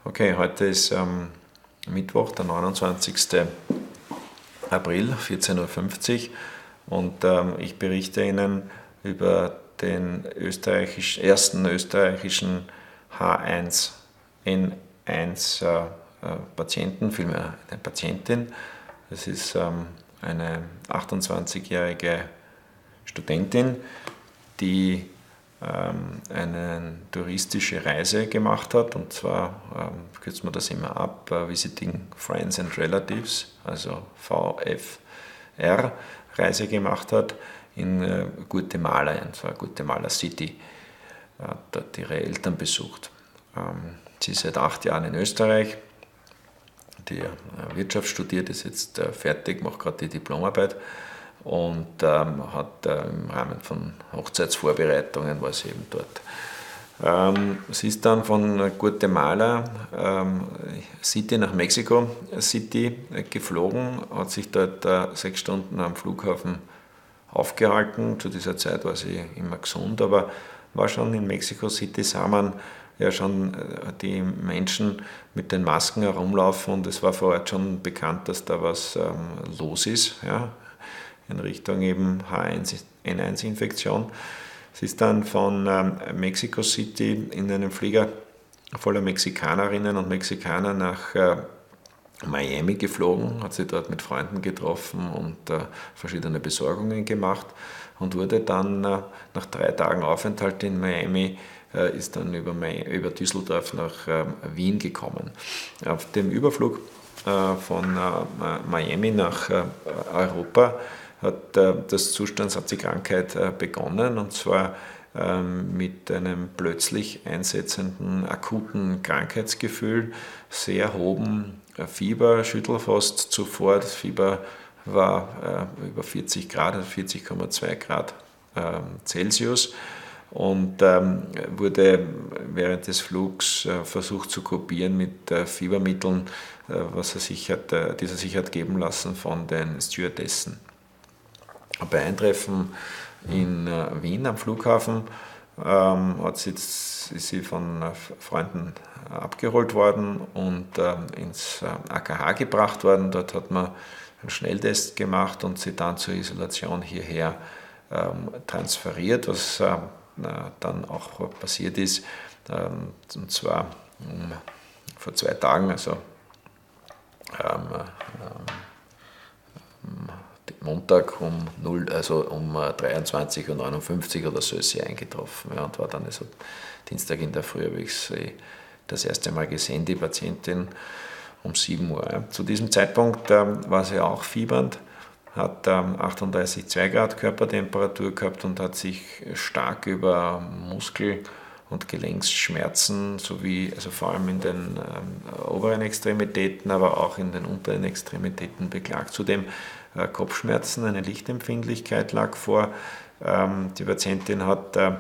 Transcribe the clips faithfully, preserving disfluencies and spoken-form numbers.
Okay, heute ist ähm, Mittwoch, der neunundzwanzigster April, vierzehn Uhr fünfzig, und ähm, ich berichte Ihnen über den österreichisch, ersten österreichischen H eins N eins äh, äh, Patienten, vielmehr eine Patientin. Das ist ähm, eine achtundzwanzigjährige Studentin, die ähm, eine touristische Reise gemacht hat, und zwar ähm, kürzen wir das immer ab, äh, Visiting Friends and Relatives, also V F R, Reise gemacht hat in äh, Guatemala, und zwar Guatemala City, hat dort ihre Eltern besucht. Ähm, sie ist seit acht Jahren in Österreich, die äh, Wirtschaft studiert, ist jetzt äh, fertig, macht gerade die Diplomarbeit und ähm, hat äh, im Rahmen von Hochzeitsvorbereitungen war sie eben dort. Ähm, sie ist dann von Guatemala ähm, City nach Mexico City äh, geflogen, hat sich dort äh, sechs Stunden am Flughafen aufgehalten. Zu dieser Zeit war sie immer gesund, aber war schon in Mexico City, sah man ja schon äh, die Menschen mit den Masken herumlaufen, und es war vor Ort schon bekannt, dass da was ähm, los ist, ja, in Richtung eben H eins N eins Infektion. Sie ist dann von ähm, Mexico City in einem Flieger voller Mexikanerinnen und Mexikaner nach äh, Miami geflogen, hat sie dort mit Freunden getroffen und äh, verschiedene Besorgungen gemacht und wurde dann äh, nach drei Tagen Aufenthalt in Miami äh, ist dann über, über Düsseldorf nach äh, Wien gekommen. Auf dem Überflug äh, von äh, Miami nach äh, Europa hat äh, das Zustand, hat die Krankheit äh, begonnen, und zwar ähm, mit einem plötzlich einsetzenden akuten Krankheitsgefühl, sehr hohem äh, Fieber, Schüttelfrost zuvor. Das Fieber war äh, über vierzig Grad, also vierzig Komma zwei Grad äh, Celsius, und ähm, wurde während des Flugs äh, versucht zu kopieren mit äh, Fiebermitteln, äh, was er sich hat, äh, dieser sich hat geben lassen von den Stewardessen. Bei Eintreffen in äh, Wien am Flughafen ähm, hat sie, ist sie von äh, Freunden abgeholt worden und äh, ins äh, A K H gebracht worden. Dort hat man einen Schnelltest gemacht und sie dann zur Isolation hierher ähm, transferiert, was äh, dann auch passiert ist. Ähm, und zwar um, vor zwei Tagen, also ähm, ähm, Montag um null, also um dreiundzwanzig Uhr neunundfünfzig oder so ist sie eingetroffen, ja, und war dann also Dienstag in der Früh, habe ich sie das erste Mal gesehen, die Patientin, um sieben Uhr. Ja. Zu diesem Zeitpunkt ähm, war sie auch fiebernd, hat ähm, achtunddreißig Komma zwei Grad Körpertemperatur gehabt und hat sich stark über Muskel- und Gelenksschmerzen sowie, also vor allem in den ähm, oberen Extremitäten, aber auch in den unteren Extremitäten beklagt. Zudem äh, Kopfschmerzen, eine Lichtempfindlichkeit lag vor. Ähm, die Patientin hat äh,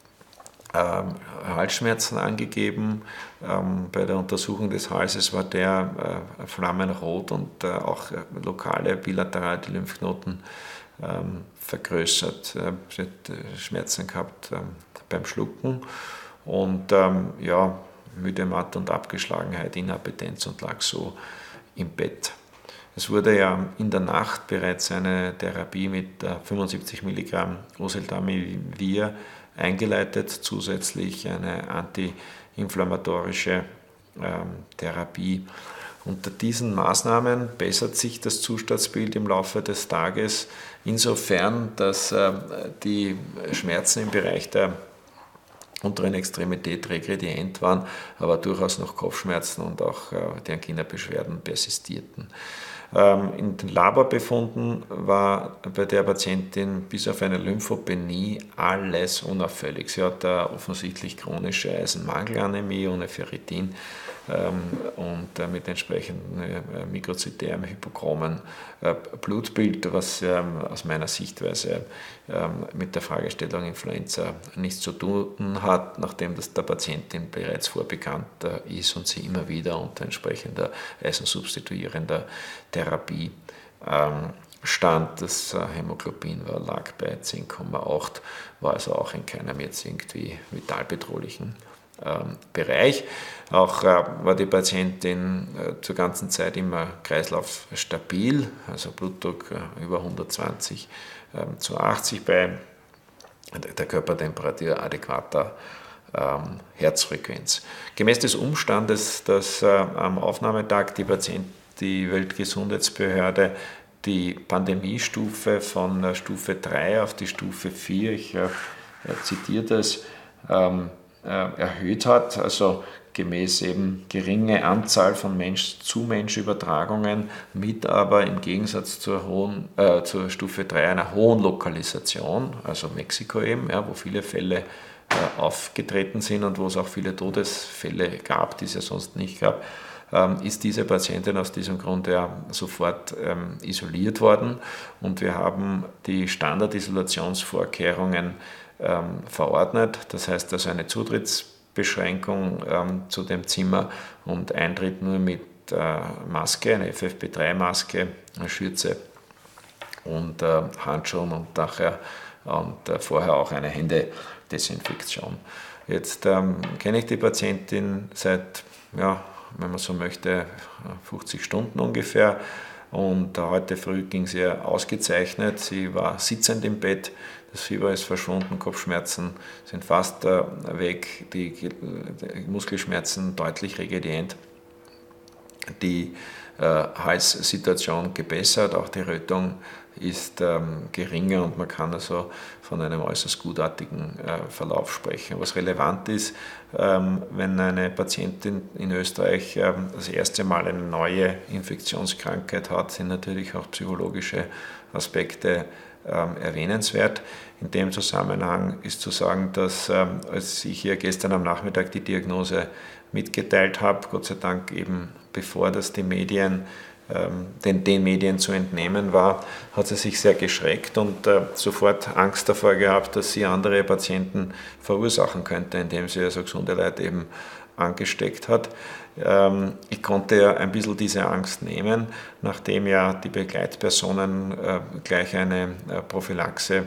äh, Halsschmerzen angegeben. Ähm, bei der Untersuchung des Halses war der äh, flammenrot und äh, auch äh, lokale bilateral die Lymphknoten ähm, vergrößert. Äh, sie hat äh, Schmerzen gehabt äh, beim Schlucken. Und ähm, ja, müde, matt und Abgeschlagenheit, Inappetenz, und lag so im Bett. Es wurde ja in der Nacht bereits eine Therapie mit äh, fünfundsiebzig Milligramm Oseltamivir eingeleitet, zusätzlich eine antiinflammatorische ähm, Therapie. Unter diesen Maßnahmen bessert sich das Zustandsbild im Laufe des Tages insofern, dass äh, die Schmerzen im Bereich der unteren Extremität regredient waren, aber durchaus noch Kopfschmerzen und auch äh, die Angina-Beschwerden persistierten. Ähm, in den Laborbefunden war bei der Patientin bis auf eine Lymphopenie alles unauffällig. Sie hat äh, offensichtlich chronische Eisenmangelanämie ohne Ferritin ähm, und äh, mit entsprechendem äh, mikrozytären hypochromen äh, Blutbild, was ähm, aus meiner Sichtweise ähm, mit der Fragestellung Influenza nichts zu tun hat, nachdem das der Patientin bereits vorbekannt äh, ist und sie immer wieder unter entsprechender eisensubstituierender Therapie ähm, stand. Das äh, Hämoglobin war, lag bei zehn Komma acht, war also auch in keinem jetzt irgendwie vitalbedrohlichen ähm, Bereich. Auch äh, war die Patientin äh, zur ganzen Zeit immer kreislaufstabil, also Blutdruck äh, über hundertzwanzig äh, zu achtzig bei der Körpertemperatur adäquater ähm, Herzfrequenz. Gemäß des Umstandes, dass äh, am Aufnahmetag die, Patient, die Weltgesundheitsbehörde die Pandemiestufe von äh, Stufe drei auf die Stufe vier, ich äh, zitiere das, ähm, äh, erhöht hat, also gemäß eben geringe Anzahl von Mensch-zu-Mensch-Übertragungen, mit aber im Gegensatz zur, hohen, äh, zur Stufe drei einer hohen Lokalisation, also Mexiko eben, ja, wo viele Fälle äh, aufgetreten sind und wo es auch viele Todesfälle gab, die es ja sonst nicht gab, ähm, ist diese Patientin aus diesem Grund ja sofort ähm, isoliert worden und wir haben die Standardisolationsvorkehrungen ähm, verordnet, das heißt also eine Zutritts Beschränkung ähm, zu dem Zimmer und Eintritt nur mit äh, Maske, eine F F P drei Maske, eine Schürze und äh, Handschuhen und nachher und äh, vorher auch eine Händedesinfektion. Jetzt ähm, kenne ich die Patientin seit, ja, wenn man so möchte, fünfzig Stunden ungefähr. Und heute früh ging es ihr ausgezeichnet. Sie war sitzend im Bett, das Fieber ist verschwunden, Kopfschmerzen sind fast äh, weg, die, die Muskelschmerzen deutlich regeneriert, die äh, Halssituation gebessert, auch die Rötung ist ähm, geringer und man kann also von einem äußerst gutartigen äh, Verlauf sprechen. Was relevant ist, ähm, wenn eine Patientin in Österreich ähm, das erste Mal eine neue Infektionskrankheit hat, sind natürlich auch psychologische Aspekte ähm, erwähnenswert. In dem Zusammenhang ist zu sagen, dass ähm, als ich hier gestern am Nachmittag die Diagnose mitgeteilt habe, Gott sei Dank eben bevor das die Medien Den, den Medien zu entnehmen war, hat sie sich sehr geschreckt und äh, sofort Angst davor gehabt, dass sie andere Patienten verursachen könnte, indem sie also gesunde Leute eben angesteckt hat. Ähm, ich konnte ja ein bisschen diese Angst nehmen, nachdem ja die Begleitpersonen äh, gleich eine äh, Prophylaxe,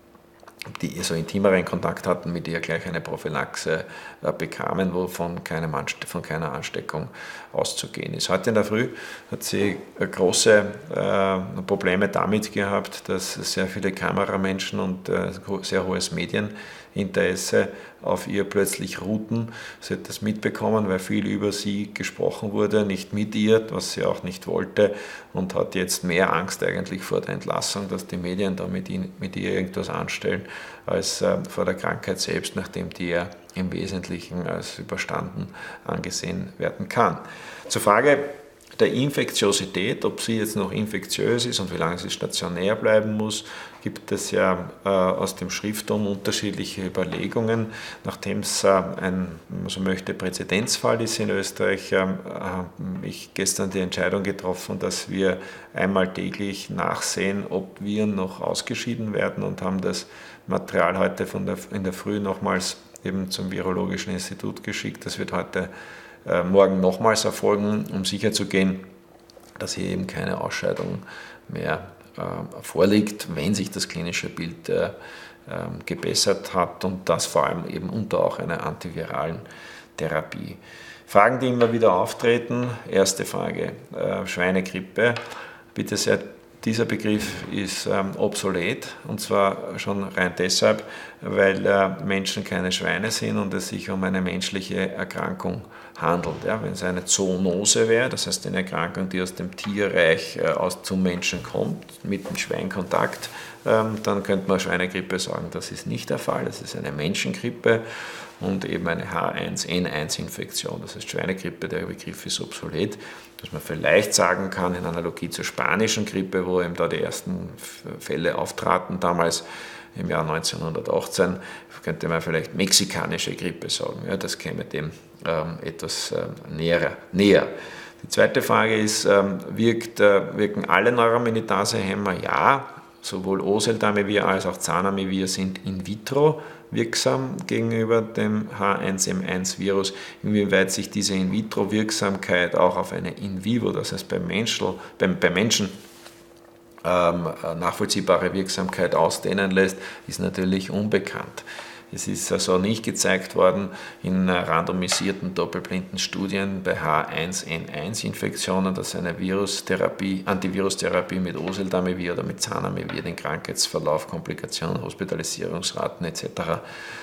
die so intimeren Kontakt hatten, mit ihr gleich eine Prophylaxe äh, bekamen, wo von, keinem Anste- von keiner Ansteckung auszugehen ist. Heute in der Früh hat sie äh, große äh, Probleme damit gehabt, dass sehr viele Kameramenschen und äh, sehr hohes Medieninteresse auf ihr plötzlich ruhten. Sie hat das mitbekommen, weil viel über sie gesprochen wurde, nicht mit ihr, was sie auch nicht wollte, und hat jetzt mehr Angst eigentlich vor der Entlassung, dass die Medien da mit, ihn, mit ihr irgendwas anstellen, als äh, vor der Krankheit selbst, nachdem die ja im Wesentlichen als überstanden angesehen werden kann. Zur Frage der Infektiosität, ob sie jetzt noch infektiös ist und wie lange sie stationär bleiben muss, gibt es ja äh, aus dem Schrifttum unterschiedliche Überlegungen. Nachdem es äh, ein, wenn man so möchte, Präzedenzfall ist in Österreich, äh, habe ich gestern die Entscheidung getroffen, dass wir einmal täglich nachsehen, ob Viren noch ausgeschieden werden, und haben das Material heute von der, in der Früh nochmals eben zum Virologischen Institut geschickt. Das wird heute äh, morgen nochmals erfolgen, um sicherzugehen, dass hier eben keine Ausscheidung mehr äh, vorliegt, wenn sich das klinische Bild äh, äh, gebessert hat, und das vor allem eben unter auch einer antiviralen Therapie. Fragen, die immer wieder auftreten. Erste Frage, äh, Schweinegrippe. Bitte sehr, dieser Begriff ist ähm, obsolet, und zwar schon rein deshalb, weil äh, Menschen keine Schweine sind und es sich um eine menschliche Erkrankung handelt. Ja, wenn es eine Zoonose wäre, das heißt eine Erkrankung, die aus dem Tierreich äh, aus zum Menschen kommt, mit dem Schweinkontakt, ähm, dann könnte man Schweinegrippe sagen. Das ist nicht der Fall, das ist eine Menschengrippe und eben eine H eins N eins Infektion. Das heißt Schweinegrippe, der Begriff ist obsolet. Was man vielleicht sagen kann, in Analogie zur spanischen Grippe, wo eben da die ersten Fälle auftraten, damals im Jahr neunzehnhundertachtzehn, könnte man vielleicht mexikanische Grippe sagen. Ja, das käme dem ähm, etwas ähm, näher, näher. Die zweite Frage ist, ähm, wirkt, äh, wirken alle Neuraminidase-Hämmer? Ja, sowohl Oseltamivir als auch Zanamivir sind in vitro wirksam gegenüber dem H eins N eins Virus. Inwieweit sich diese In-vitro-Wirksamkeit auch auf eine In-vivo, das heißt beim, Menschl, beim, beim Menschen, ähm, nachvollziehbare Wirksamkeit ausdehnen lässt, ist natürlich unbekannt. Es ist also nicht gezeigt worden in randomisierten doppelblinden Studien bei H eins N eins Infektionen, dass eine Virustherapie, Antivirustherapie mit Oseltamivir oder mit Zanamivir den Krankheitsverlauf, Komplikationen, Hospitalisierungsraten et cetera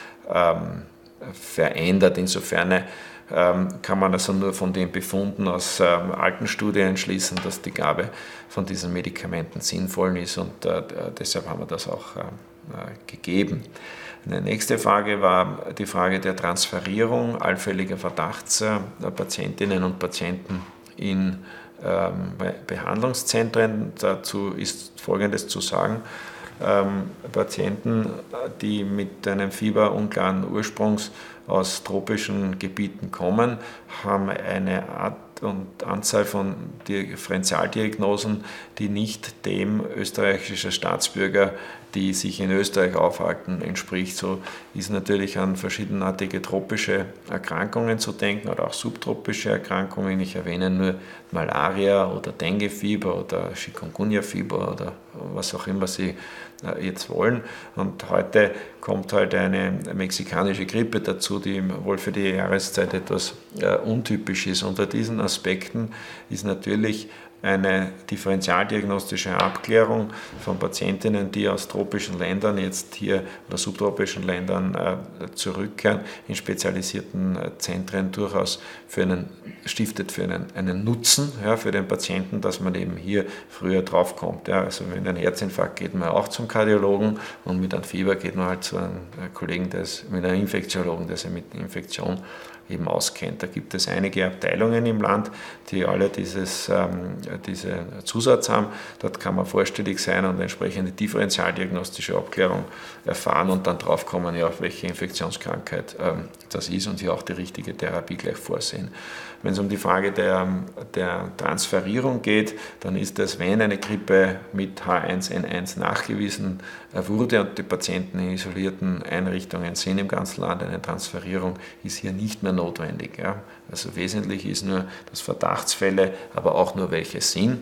Ähm, verändert. Insofern ähm, kann man also nur von den Befunden aus ähm, alten Studien schließen, dass die Gabe von diesen Medikamenten sinnvoll ist, und äh, deshalb haben wir das auch äh, gegeben. Eine nächste Frage war die Frage der Transferierung allfälliger Verdachtspatientinnen und Patienten in ähm, Behandlungszentren. Dazu ist Folgendes zu sagen. Ähm, Patienten, die mit einem Fieber unklaren Ursprungs aus tropischen Gebieten kommen, haben eine Art und Anzahl von Differentialdiagnosen, die nicht dem österreichischen Staatsbürger, die sich in Österreich aufhalten, entspricht. So ist natürlich an verschiedenartige tropische Erkrankungen zu denken oder auch subtropische Erkrankungen. Ich erwähne nur Malaria oder Denguefieber oder Chikungunya-Fieber oder was auch immer Sie jetzt wollen. Und heute kommt halt eine mexikanische Grippe dazu, die wohl für die Jahreszeit etwas äh, untypisch ist. Unter diesen Aspekten ist natürlich eine differentialdiagnostische Abklärung von Patientinnen, die aus tropischen Ländern jetzt hier oder subtropischen Ländern äh, zurückkehren, in spezialisierten äh, Zentren durchaus für einen, stiftet für einen, einen Nutzen, ja, für den Patienten, dass man eben hier früher draufkommt. Ja. Also mit einem Herzinfarkt geht man auch zum Kardiologen, und mit einem Fieber geht man halt zu einem Kollegen, der ist, mit einem Infektiologen, der sich mit Infektion eben auskennt. Da gibt es einige Abteilungen im Land, die alle dieses, ähm, diese Zusatz haben. Dort kann man vorstellig sein und entsprechende differentialdiagnostische Abklärung erfahren und dann draufkommen, ja, welche Infektionskrankheit ähm, das ist, und hier auch die richtige Therapie gleich vorsehen. Wenn es um die Frage der, der Transferierung geht, dann ist es, wenn eine Grippe mit H eins N eins nachgewiesen wurde und die Patienten in isolierten Einrichtungen sind im ganzen Land, eine Transferierung ist hier nicht mehr notwendig. Ja. Also wesentlich ist nur, dass Verdachtsfälle, aber auch nur welche sind,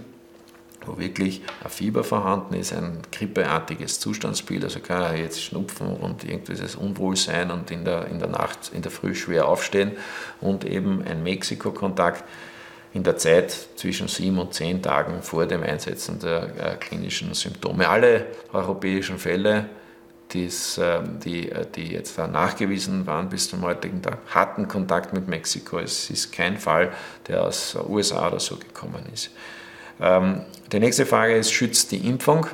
wo wirklich ein Fieber vorhanden ist, ein grippeartiges Zustandsbild, also kann jetzt Schnupfen und irgendwelches Unwohlsein und in der, in der Nacht, in der Früh schwer aufstehen, und eben ein Mexiko-Kontakt in der Zeit zwischen sieben und zehn Tagen vor dem Einsetzen der äh, klinischen Symptome. Alle europäischen Fälle, die's, äh, die, die jetzt nachgewiesen waren bis zum heutigen Tag, hatten Kontakt mit Mexiko. Es ist kein Fall, der aus U S A oder so gekommen ist. Ähm, die nächste Frage ist, schützt die Impfung,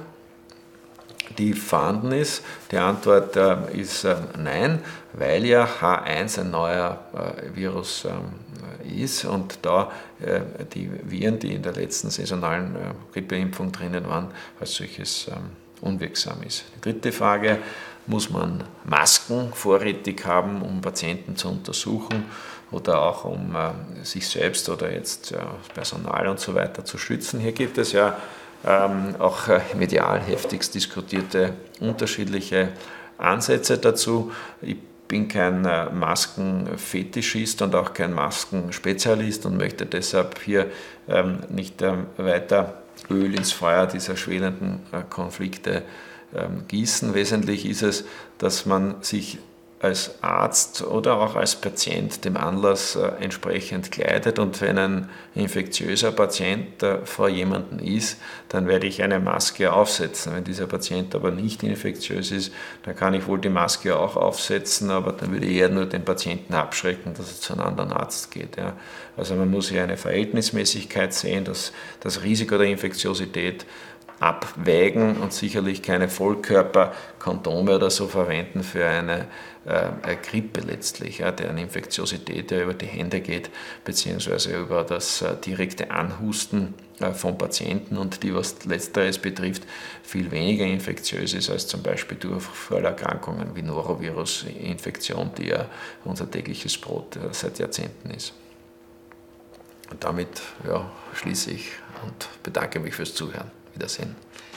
die vorhanden ist? Die Antwort äh, ist äh, nein, weil ja H eins ein neuer äh, Virus äh, ist und da äh, die Viren, die in der letzten saisonalen äh, Grippeimpfung drinnen waren, als solches äh, unwirksam ist. Die dritte Frage, muss man Masken vorrätig haben, um Patienten zu untersuchen oder auch um äh, sich selbst oder jetzt ja, Personal und so weiter zu schützen? Hier gibt es ja ähm, auch äh, medial heftigst diskutierte unterschiedliche Ansätze dazu. Ich bin kein äh, Maskenfetischist und auch kein Maskenspezialist und möchte deshalb hier ähm, nicht ähm, weiter Öl ins Feuer dieser schwelenden äh, Konflikte ähm, gießen. Wesentlich ist es, dass man sich als Arzt oder auch als Patient dem Anlass äh, entsprechend kleidet, und wenn ein infektiöser Patient äh, vor jemandem ist, dann werde ich eine Maske aufsetzen. Wenn dieser Patient aber nicht infektiös ist, dann kann ich wohl die Maske auch aufsetzen, aber dann würde ich eher nur den Patienten abschrecken, dass er zu einem anderen Arzt geht. Ja. Also man muss hier eine Verhältnismäßigkeit sehen, dass das Risiko der Infektiosität abwägen und sicherlich keine Vollkörperkondome oder so verwenden für eine, äh, eine Grippe letztlich, ja, deren Infektiosität ja über die Hände geht, beziehungsweise über das äh, direkte Anhusten äh, von Patienten, und die, was Letzteres betrifft, viel weniger infektiös ist als zum Beispiel Durchfallerkrankungen wie Norovirus-Infektion, die ja unser tägliches Brot äh, seit Jahrzehnten ist. Und damit ja, schließe ich und bedanke mich fürs Zuhören. Wiedersehen.